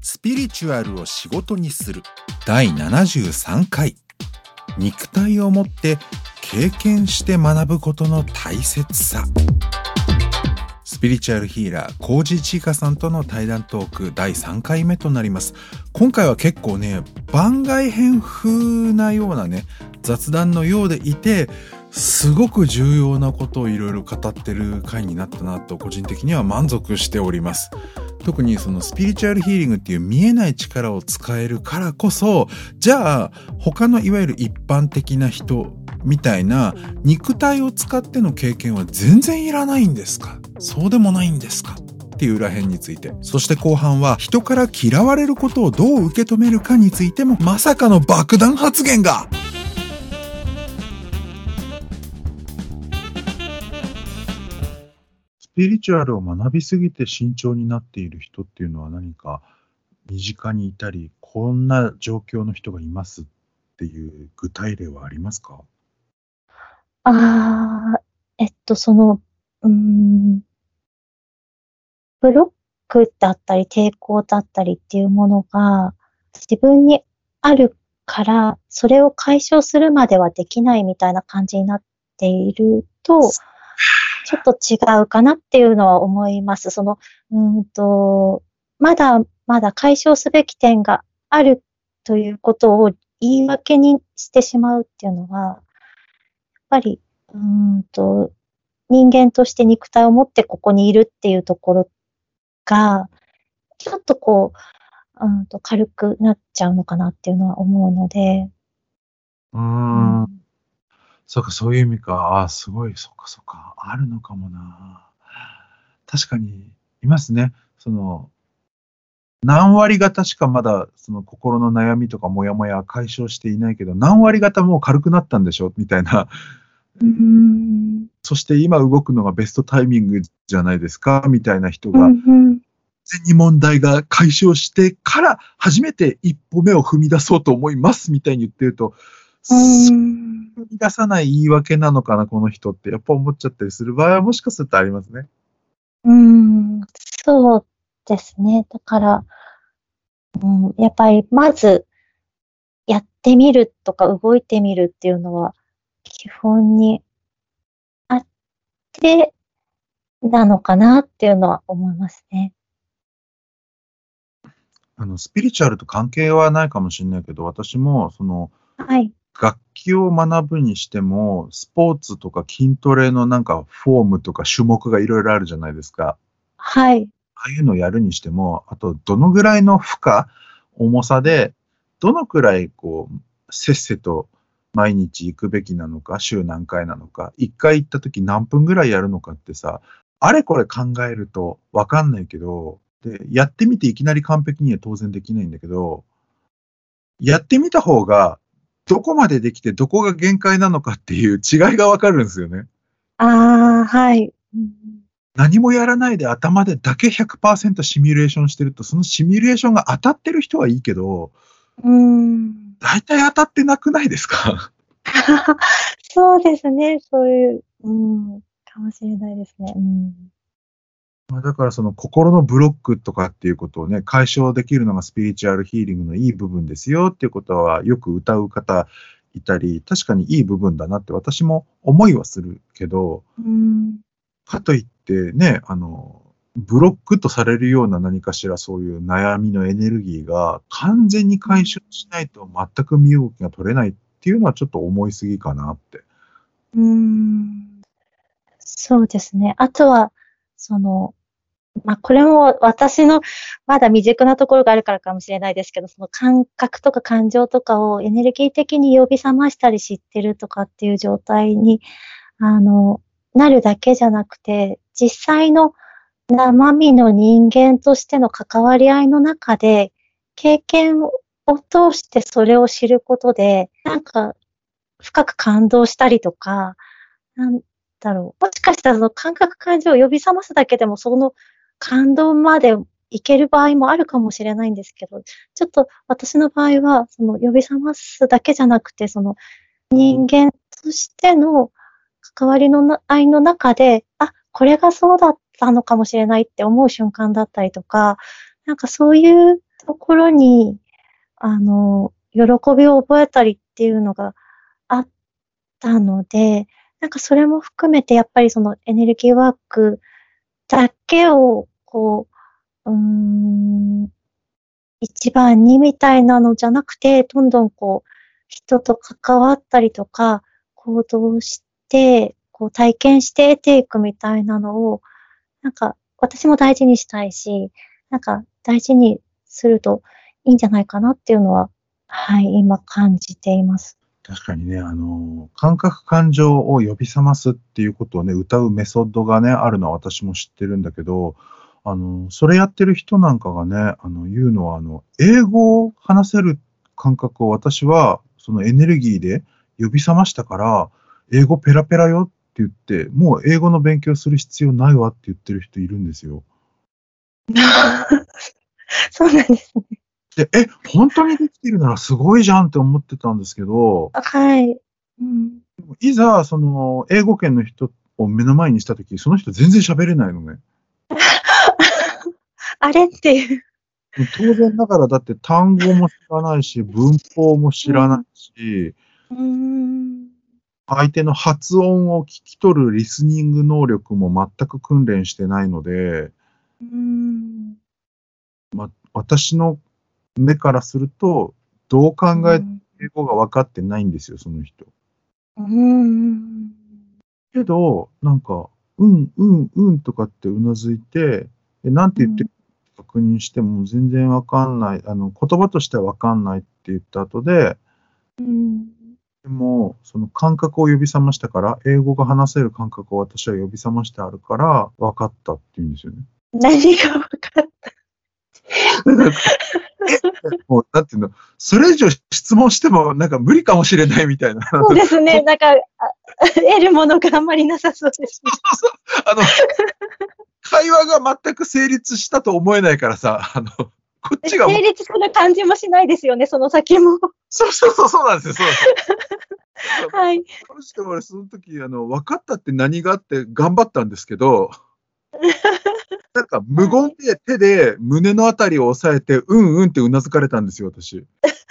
スピリチュアルを仕事にする第73回、肉体をもって経験して学ぶことの大切さ。スピリチュアルヒーラーコージチーカさんとの対談トーク第3回目となります。今回は結構ね、番外編風なようなね、雑談のようでいて、すごく重要なことをいろいろ語ってる回になったなと個人的には満足しております。特にそのスピリチュアルヒーリングっていう見えない力を使えるからこそ、じゃあ他のいわゆる一般的な人みたいな肉体を使っての経験は全然いらないんですか？そうでもないんですか？っていう裏辺について、そして後半は人から嫌われることをどう受け止めるかについてもまさかの爆弾発言が。スピリチュアルを学びすぎて慎重になっている人っていうのは何か身近にいたり、こんな状況の人がいますっていう具体例はありますか？ その、ブロックだったり抵抗だったりっていうものが自分にあるから、それを解消するまではできないみたいな感じになっていると、ちょっと違うかなっていうのは思います。まだまだ解消すべき点があるということを言い訳にしてしまうっていうのは、やっぱり、人間として肉体を持ってここにいるっていうところが、ちょっと軽くなっちゃうのかなっていうのは思うので。 そうか、そういう意味か。すごい、そうか、あるのかもな。確かに、いますね。何割方しかまだ、心の悩みとかモヤモヤ解消していないけど、何割方もう軽くなったんでしょみたいな。そして今動くのがベストタイミングじゃないですかみたいな人が、完全に問題が解消してから初めて一歩目を踏み出そうと思いますみたいに言ってると、踏み出さない言い訳なのかな、この人ってやっぱ思っちゃったりする場合はもしかするとありますね。 そうですね。だから、やっぱりまずやってみるとか動いてみるっていうのは基本にあってなのかなっていうのは思いますね。 スピリチュアルと関係はないかもしれないけど、私もはい。 楽器を学ぶにしても、スポーツとか筋トレのなんかフォームとか種目がいろいろあるじゃないですか。 はい。 ああいうのをやるにしても、あとどのぐらいの負荷、重さで、どのくらいせっせと毎日行くべきなのか、週何回なのか、一回行った時何分ぐらいやるのかってさ、あれこれ考えるとわかんないけど、で、やってみていきなり完璧には当然できないんだけど、やってみた方が、どこまでできてどこが限界なのかっていう違いがわかるんですよね。 はい。 何もやらないで頭でだけ 100% シミュレーションしてると、そのシミュレーションが当たってる人はいいけど、大体当たってなくないですか？ そうですね。そういう、かもしれないですね。 だから心のブロックとかっていうことをね、解消できるのがスピリチュアルヒーリングのいい部分ですよっていうことはよく歌う方いたり、確かにいい部分だなって私も思いはするけど、かといってね、ブロックとされるような何かしらそういう悩みのエネルギーが完全に解消しないと全く身動きが取れないっていうのはちょっと思いすぎかなって。 そうですね。あとは、これも私のまだ未熟なところがあるからかもしれないですけど、その感覚とか感情とかをエネルギー的に呼び覚ましたり知ってるとかっていう状態に、なるだけじゃなくて、実際の生身の人間としての関わり合いの中で、経験を通してそれを知ることで、なんか深く感動したりとか、もしかしたらその感覚感情を呼び覚ますだけでもその感動までいける場合もあるかもしれないんですけど、ちょっと私の場合は、その呼び覚ますだけじゃなくて、その人間としての関わりの合いの中で、これがそうだったのかもしれないって思う瞬間だったりとか、なんかそういうところに、喜びを覚えたりっていうのがあったので、なんかそれも含めてやっぱりそのエネルギーワークだけを、一番にみたいなのじゃなくて、どんどん人と関わったりとか、行動して、体験して得ていくみたいなのを、なんか私も大事にしたいし、なんか大事にするといいんじゃないかなっていうのは、はい、今感じています。 確かにね、感覚感情を呼び覚ますっていうことをね、歌うメソッドがね、あるのは私も知ってるんだけど、それやってる人なんかがね、言うのは、英語を話せる感覚を私は、そのエネルギーで呼び覚ましたから、英語ペラペラよって言って、もう英語の勉強する必要ないわって言ってる人いるんですよ。 そうなんですね。 で、本当にできてるならすごいじゃんって思ってたんですけど、 はい。うん、 いざ、その、英語圏の人を目の前にしたとき、その人全然喋れないのね。 あれっていう。 当然ながらだって単語も知らないし、文法も知らないし、相手の発音を聞き取るリスニング能力も全く訓練してないので、私の目からすると、どう考えて英語が分かってないんですよ、その人。けど、なんか、とかってうなずいて、なんて言ってるか確認しても全然わかんない、言葉としてはわかんないって言った後で、でも、その感覚を呼び覚ましたから、英語が話せる感覚を私は呼び覚ましてあるから、分かったって言うんですよね。 何が分かったもう、なんていうの、それ以上質問しても、なんか無理かもしれないみたいな。 そうですね。なんか、得るものがあんまりなさそうです、ね。 会話が全く成立したと思えないからさ、こっちが。 成立する感じもしないですよね、その先も。 そうなんですよ、そうなんですよ。 はい。 どうしても俺、その時、分かったって何があって頑張ったんですけど、なんか無言で手で胸のあたりを押さえて、ってうなずかれたんですよ、私。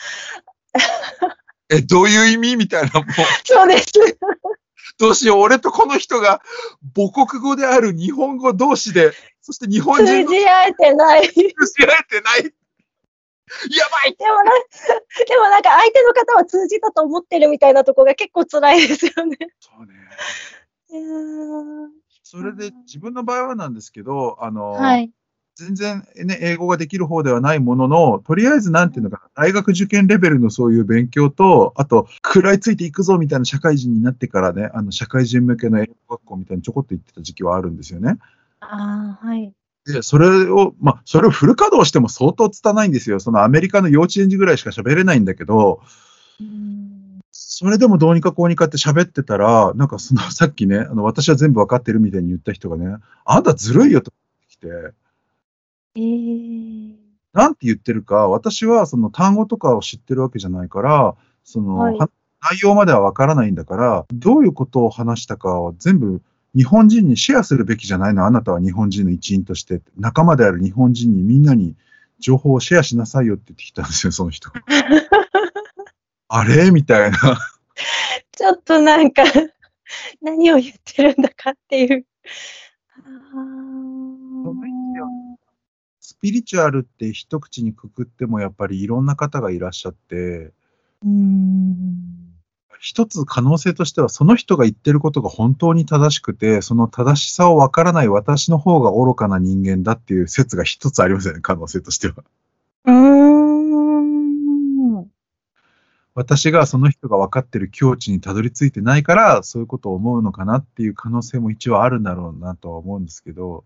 どういう意味みたいな、もう。 そうです。 どうしよう、俺とこの人が母国語である日本語同士で、そして日本人通じ合えてない。 通じ合えてない。やばい。 でもなんか相手の方は通じたと思ってるみたいなところが結構辛いですよね。 そうね。それで自分の場合はなんですけど、 はい。 全然ね、英語ができる方ではないものの、とりあえずなんていうのかな、大学受験レベルのそういう勉強と、あと、食らいついていくぞみたいな社会人になってからね、社会人向けの英語学校みたいにちょこっと行ってた時期はあるんですよね。 はい。 で、それをフル稼働しても相当拙いんですよ。そのアメリカの幼稚園児ぐらいしか喋れないんだけど、それでもどうにかこうにかって喋ってたら、なんかさっきね、私は全部わかってるみたいに言った人がね、あなたずるいよと言ってきて、なんて言ってるか、私はその単語とかを知ってるわけじゃないから、 はい、 内容まではわからないんだから、どういうことを話したかを全部日本人にシェアするべきじゃないの、あなたは日本人の一員として、仲間である日本人にみんなに情報をシェアしなさいよって言ってきたんですよ、その人。あれみたいな。 ちょっとなんか、何を言ってるんだかっていう。 スピリチュアルって一口にくくってもやっぱりいろんな方がいらっしゃって、一つ可能性としてはその人が言ってることが本当に正しくて、その正しさをわからない私の方が愚かな人間だっていう説が一つありますよね、可能性としては。私がその人が分かってる境地にたどり着いてないから、そういうことを思うのかなっていう可能性も一応あるんだろうなとは思うんですけど。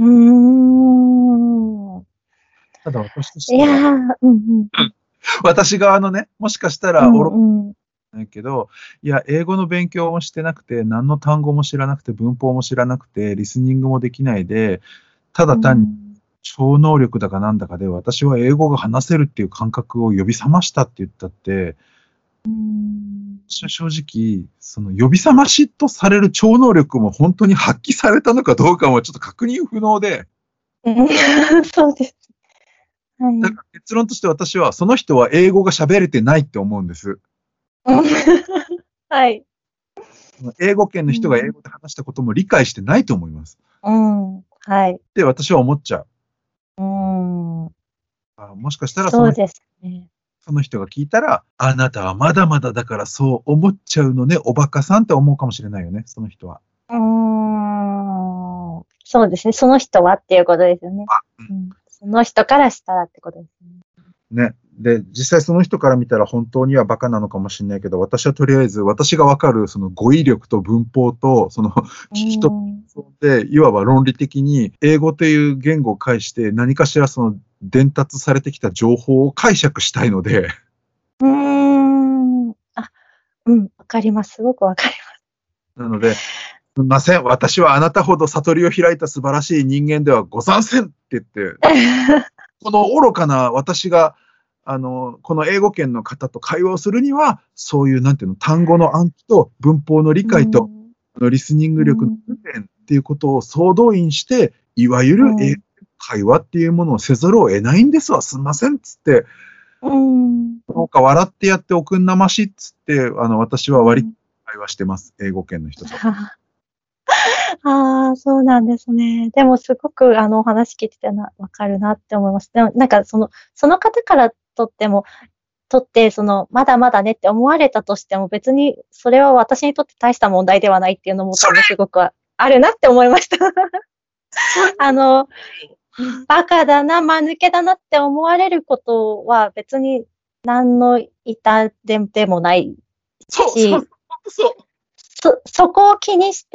ただ私としては、私側のね、もしかしたら愚かないけど、いや、英語の勉強もしてなくて、何の単語も知らなくて、文法も知らなくて、リスニングもできないで、ただ単に超能力だかなんだかで、私は英語が話せるっていう感覚を呼び覚ましたって言ったって、正直、その呼び覚ましとされる超能力も本当に発揮されたのかどうかもちょっと確認不能で。 そうです。 だから結論として私は、その人は英語が喋れてないって思うんです。 はい。 英語圏の人が英語で話したことも理解してないと思います。 うん。はい。 って私は思っちゃう。 うん。 もしかしたらそうですね。 その人が聞いたら、あなたはまだまだだからそう思っちゃうのね、おバカさんって思うかもしれないよね、その人は。 そうですね。その人はっていうことですよね。 うん、 その人からしたらってことですね。で、実際その人から見たら本当にはバカなのかもしれないけど、私はとりあえず私がわかるその語彙力と文法と、その聞き取で、いわば論理的に英語という言語を介して何かしらその伝達されてきた情報を解釈したいので。 わかります。すごくわかります。 なので、すみません。私はあなたほど悟りを開いた素晴らしい人間ではござんせんって言って、この愚かな私が、この英語圏の方と会話をするには、そういう、なんていうの、単語の暗記と文法の理解と、リスニング力の訓練っていうことを総動員して、いわゆる英語会話っていうものをせざるを得ないんですわ。すみません。つって、なんか笑ってやっておくんなましっつって、私は割り会話してます。英語圏の人と。 ああ、そうなんですね。でもすごくお話聞いててわかるなって思います。でもなんかその方からとって、まだまだねって思われたとしても別にそれは私にとって大した問題ではないっていうのもすごくあるなって思いました。バカだな、間抜けだなって思われることは別に何の痛でもないし、そこを気にして、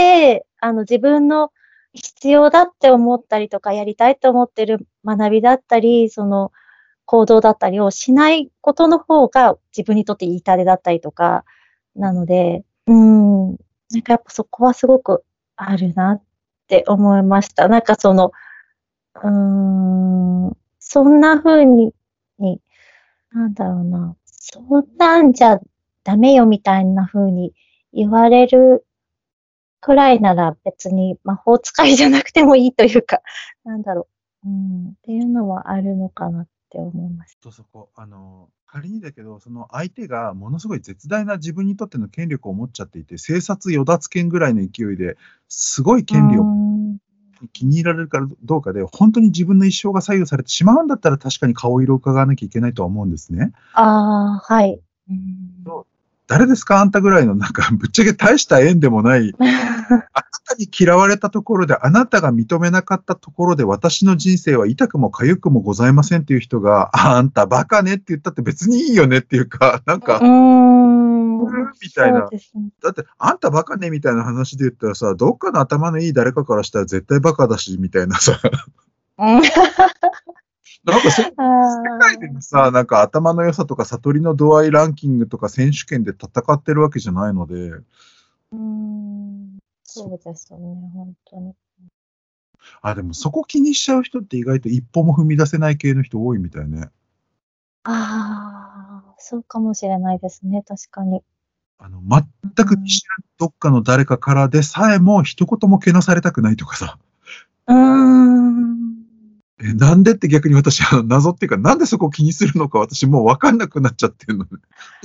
自分の必要だって思ったりとか、やりたいと思ってる学びだったり、行動だったりをしないことの方が自分にとって痛手だったりとか、なので、なんかやっぱそこはすごくあるなって思いました。なんかそんな風に、なんだろうな、そんなんじゃダメよみたいな風に言われるくらいなら別に魔法使いじゃなくてもいいというか、なんだろう。っていうのはあるのかなって思います。 そこ、仮にだけど、その相手がものすごい絶大な自分にとっての権力を持っちゃっていて、生殺与奪権ぐらいの勢いですごい権利を気に入られるかどうかで、本当に自分の一生が左右されてしまうんだったら確かに顔色を伺わなきゃいけないとは思うんですね。 はい。 誰ですかあんたぐらいのなんかぶっちゃけ大した縁でもないあなたに嫌われたところであなたが認めなかったところで私の人生は痛くも痒くもございませんっていう人があんたバカねって言ったって別にいいよねっていうかなんかみたいな、だってあんたバカねみたいな話で言ったらさどっかの頭のいい誰かからしたら絶対バカだしみたいなさなんか世界でもさ、なんか頭の良さとか悟りの度合いランキングとか選手権で戦ってるわけじゃないので。 そうですよね、本当に。 でもそこ気にしちゃう人って意外と一歩も踏み出せない系の人多いみたいね。 そうかもしれないですね、確かに。 全く知らんどっかの誰かからでさえも一言もけなされたくないとかさ。なんでって逆に私は謎っていうか、なんでそこを気にするのか私もう分かんなくなっちゃってるのね。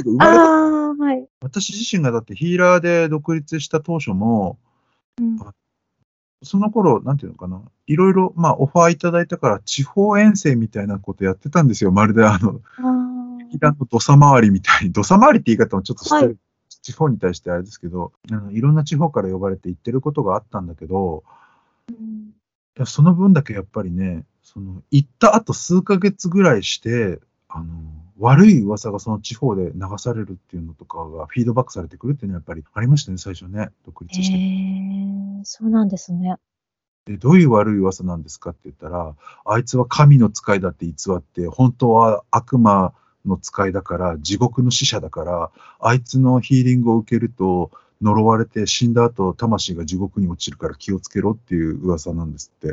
私自身がだってヒーラーで独立した当初も、その頃、なんていうのかな、いろいろ、オファーいただいたから地方遠征みたいなことやってたんですよ。まるで劇団の土佐回りみたいに。土佐回りって言い方もちょっとしてる。地方に対してあれですけど、いろんな地方から呼ばれて行ってることがあったんだけど、その分だけやっぱりね、行った後数ヶ月ぐらいして、悪い噂がその地方で流されるっていうのとかがフィードバックされてくるっていうのはやっぱりありましたね、最初ね、独立して。 そうなんですね。 で、どういう悪い噂なんですかって言ったら、あいつは神の使いだって偽って、本当は悪魔の使いだから、地獄の使者だから、あいつのヒーリングを受けると、呪われて死んだ後、魂が地獄に落ちるから気をつけろっていう噂なんですって。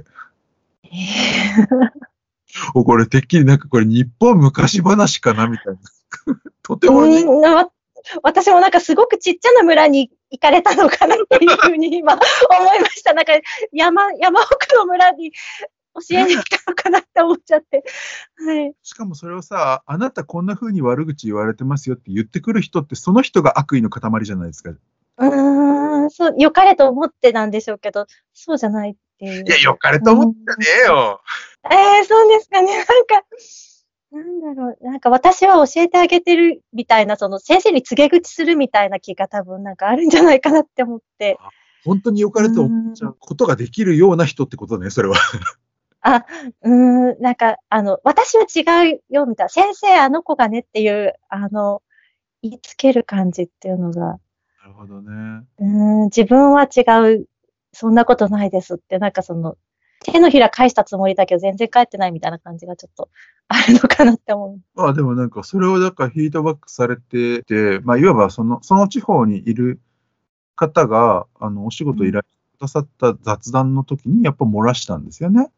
これてっきりなんかこれ日本昔話かなみたいな。とても私もなんかすごくちっちゃな村に行かれたのかなっていうふうに今思いました。なんか山奥の村に教えに来たのかなって思っちゃって。はい。 しかもそれをさ、あなたこんな風に悪口言われてますよって言ってくる人って、その人が悪意の塊じゃないですか。 そう、良かれと思ってなんでしょうけど、そうじゃないっていいや、 う。 良かれと思ってねえよ。 そうですかね。なんだろう、なんか私は教えてあげてるみたいな、その先生に告げ口するみたいな気が多分なんかあるんじゃないかなって思って。 本当に良かれと思っちゃうことができるような人ってことね、それは。 あ、なんか、私は違うよ、みたいな。先生、あの子がねっていう、言いつける感じっていうのが、 なるほどね。 自分は違う、そんなことないですって、なんかその、手のひら返したつもりだけど全然返ってないみたいな感じがちょっとあるのかなって思う。 まあでもなんかそれをだからフィードバックされてて、まあいわばその地方にいる方が、お仕事依頼してくださった雑談の時にやっぱ漏らしたんですよね。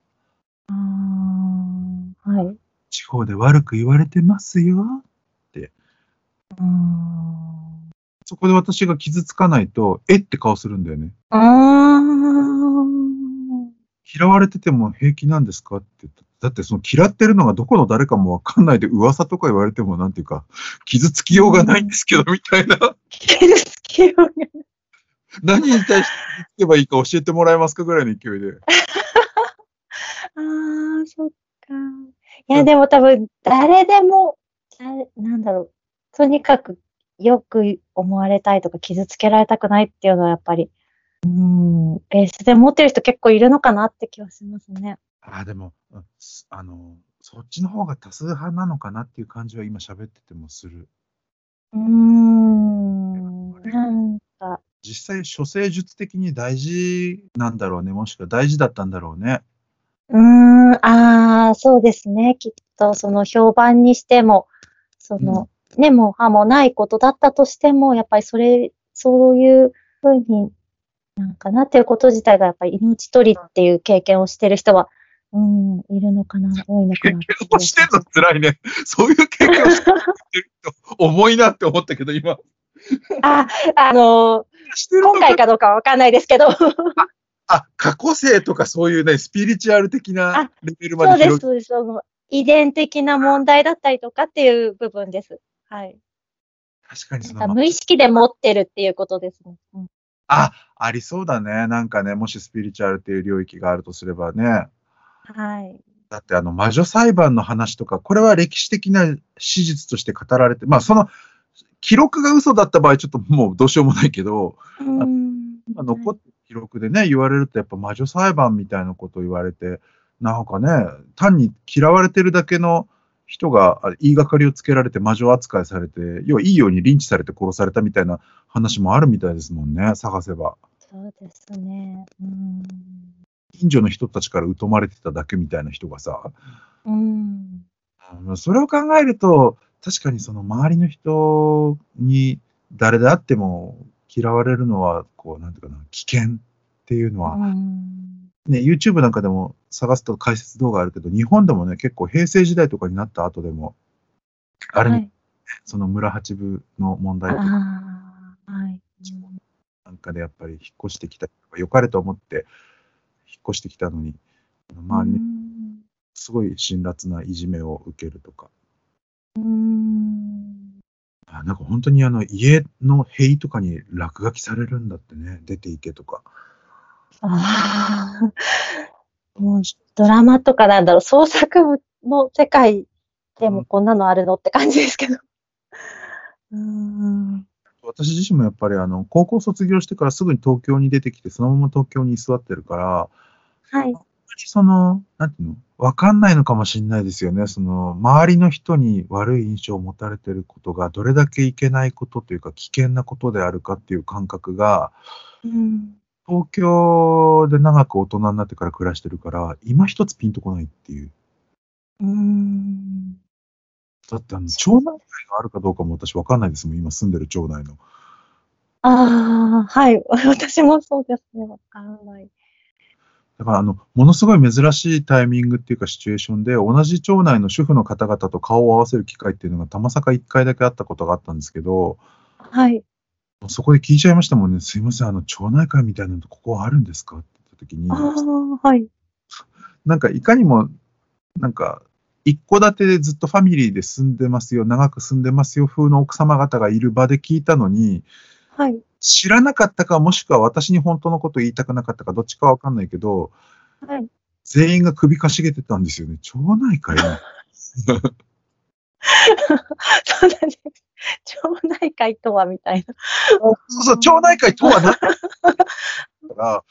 はい。 地方で悪く言われてますよって。そこで私が傷つかないと、えって顔するんだよね。嫌われてても平気なんですかって。だってその嫌ってるのがどこの誰かもわかんないで噂とか言われてもなんていうか、傷つきようがないんですけどみたいな。 傷つきようがない。 何に対して傷つけばいいか教えてもらえますかぐらいの勢いで。 そっか。いや、でも多分、誰でも、なんだろう。とにかく、よく思われたいとか、傷つけられたくないっていうのは、やっぱり、ベースで持ってる人結構いるのかなって気はしますね。 でも、そっちの方が多数派なのかなっていう感じは今喋っててもする。 なんか。 実際、処世術的に大事なんだろうね。もしくは大事だったんだろうね。 そうですね。きっと、その評判にしても、その、ね、もう歯もないことだったとしても、やっぱりそういうふうになんかなっていうこと自体が、やっぱり命取りっていう経験をしてる人は、いるのかな、多いのかな。経験をしてんの辛いね。そういう経験をしてる人、重いなって思ったけど、今。 今回かどうかはわかんないですけど。 過去世とかそういうね、スピリチュアル的なレベルまで広い。そうです。遺伝的な問題だったりとかっていう部分です。はい。 確かになんか無意識で持ってるっていうことですね。 ありそうだね。なんかね、もしスピリチュアルっていう領域があるとすればね。 はい。 だって魔女裁判の話とか、これは歴史的な史実として語られて、まあその記録が嘘だった場合ちょっともうどうしようもないけど、残ってる記録でね、言われるとやっぱ魔女裁判みたいなことを言われて、なんかね、単に嫌われてるだけの人が言いがかりをつけられて魔女扱いされて、要はいいようにリンチされて殺されたみたいな話もあるみたいですもんね、探せば。 そうですね。 近所の人たちから疎まれてただけみたいな人がさ、それを考えると、確かにその周りの人に誰であっても嫌われるのは、こう、なんていうかな、危険っていうのは、ね、YouTube なんかでも探すと解説動画あるけど、日本でもね、結構平成時代とかになった後でも、あれ、その村八分の問題とか、なんかでやっぱり引っ越してきた、良かれと思って引っ越してきたのに、周りにすごい辛辣ないじめを受けるとか。なんか本当に家の塀とかに落書きされるんだってね、出ていけとか。 もうドラマとかなんだろう、創作部の世界でもこんなのあるのって感じですけど。 私自身もやっぱり高校卒業してからすぐに東京に出てきて、そのまま東京に居座ってるから、 はい。 なんていうの、わかんないのかもしれないですよね。周りの人に悪い印象を持たれてることが、どれだけいけないことというか、危険なことであるかっていう感覚が、東京で長く大人になってから暮らしてるから、今一つピンとこないっていう。だって町内会があるかどうかも私わかんないですもん、今住んでる町内の。 はい。私もそうですね、わかんない。 だからものすごい珍しいタイミングっていうかシチュエーションで、同じ町内の主婦の方々と顔を合わせる機会っていうのがたまさか1回だけあったことがあったんですけど、 はい。 そこで聞いちゃいましたもんね。すいません、町内会みたいなのここあるんですかって言った時に、 はい。 なんかいかにも、なんか、一戸建てでずっとファミリーで住んでますよ、長く住んでますよ、風の奥様方がいる場で聞いたのに、 はい。 知らなかったか、もしくは私に本当のこと言いたくなかったか、どっちかわかんないけど、 はい。 全員が首かしげてたんですよね。町内会そうなんです。町内会とはみたいな。 そうそう、町内会とはなから、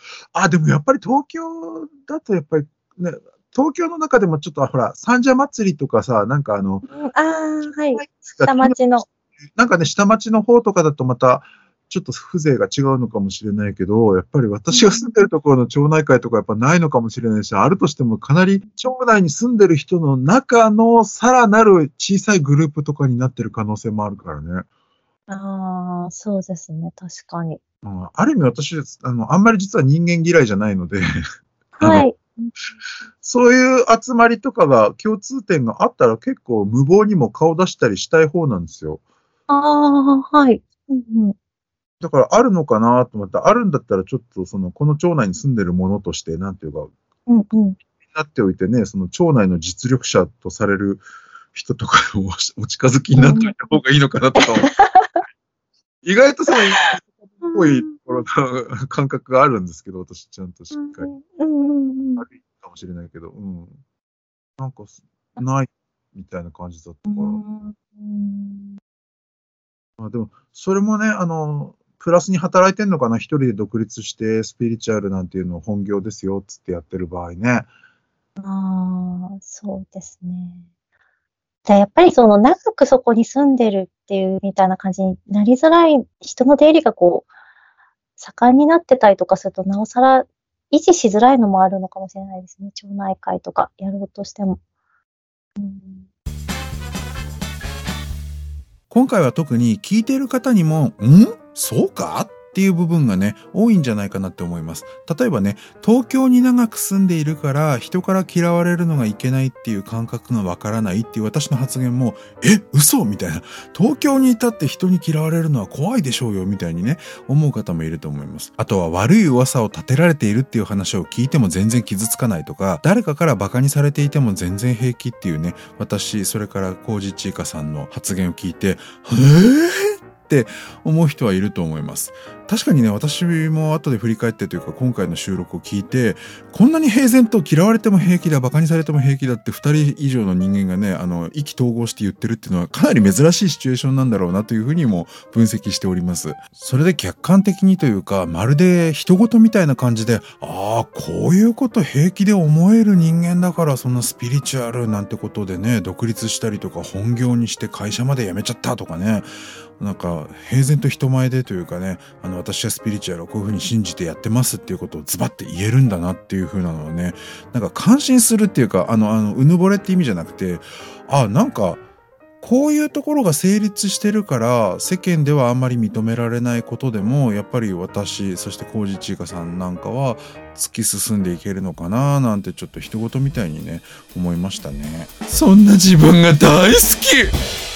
でもやっぱり東京だとやっぱりね、東京の中でもちょっとほら、三社祭りとかさ、なんかはい。下町の。 なんかね、下町の方とかだとまた、ちょっと風情が違うのかもしれないけど、やっぱり私が住んでるところの町内会とかやっぱないのかもしれないし、あるとしてもかなり町内に住んでる人の中のさらなる小さいグループとかになってる可能性もあるからね。 そうですね。確かに。 ある意味私、あんまり実は人間嫌いじゃないので、 はい。 そういう集まりとかが共通点があったら結構無謀にも顔出したりしたい方なんですよ。 はい。うんうん。 だからあるのかなと思って、あるんだったらちょっとこの町内に住んでるものとして、なんていうか、 うんうん。 なっておいてね、その町内の実力者とされる人とかをお近づきになっておいた方がいいのかなとか思って、意外とっぽいところの感覚があるんですけど、私ちゃんとしっかり。悪いかもしれないけど、なんかないみたいな感じだったから。でも、それもね、プラスに働いてんのかな、一人で独立してスピリチュアルなんていうのを本業ですよ、つってやってる場合ね。 そうですね。じゃあやっぱりその長くそこに住んでるっていうみたいな感じになりづらい、人の出入りが盛んになってたりとかすると、なおさら維持しづらいのもあるのかもしれないですね。町内会とかやろうとしても。 今回は特に聞いている方にも、そうかっていう部分がね、多いんじゃないかなって思います。例えばね、東京に長く住んでいるから人から嫌われるのがいけないっていう感覚がわからないっていう私の発言も、嘘みたいな。東京にいたって人に嫌われるのは怖いでしょうよみたいにね、思う方もいると思います。あとは悪い噂を立てられているっていう話を聞いても全然傷つかないとか、誰かからバカにされていても全然平気っていうね、私、それからコージチーカさんの発言を聞いて、って思う人はいると思います。確かにね、私も後で振り返ってというか今回の収録を聞いて、こんなに平然と嫌われても平気だ、馬鹿にされても平気だって2人以上の人間がね、意気投合して言ってるっていうのはかなり珍しいシチュエーションなんだろうなというふうにも分析しております。それで客観的にというか、まるで人事みたいな感じで、こういうこと平気で思える人間だからそんなスピリチュアルなんてことでね、独立したりとか本業にして会社まで辞めちゃったとかね、なんか平然と人前でというかね、私はスピリチュアルをこういう風に信じてやってますっていうことをズバッて言えるんだなっていう風なのをね、なんか感心するっていうか、うぬぼれって意味じゃなくて、なんかこういうところが成立してるから世間ではあんまり認められないことでもやっぱり私、そしてコージチーカさんなんかは突き進んでいけるのかななんてちょっと人事みたいにね思いましたね。そんな自分が大好き。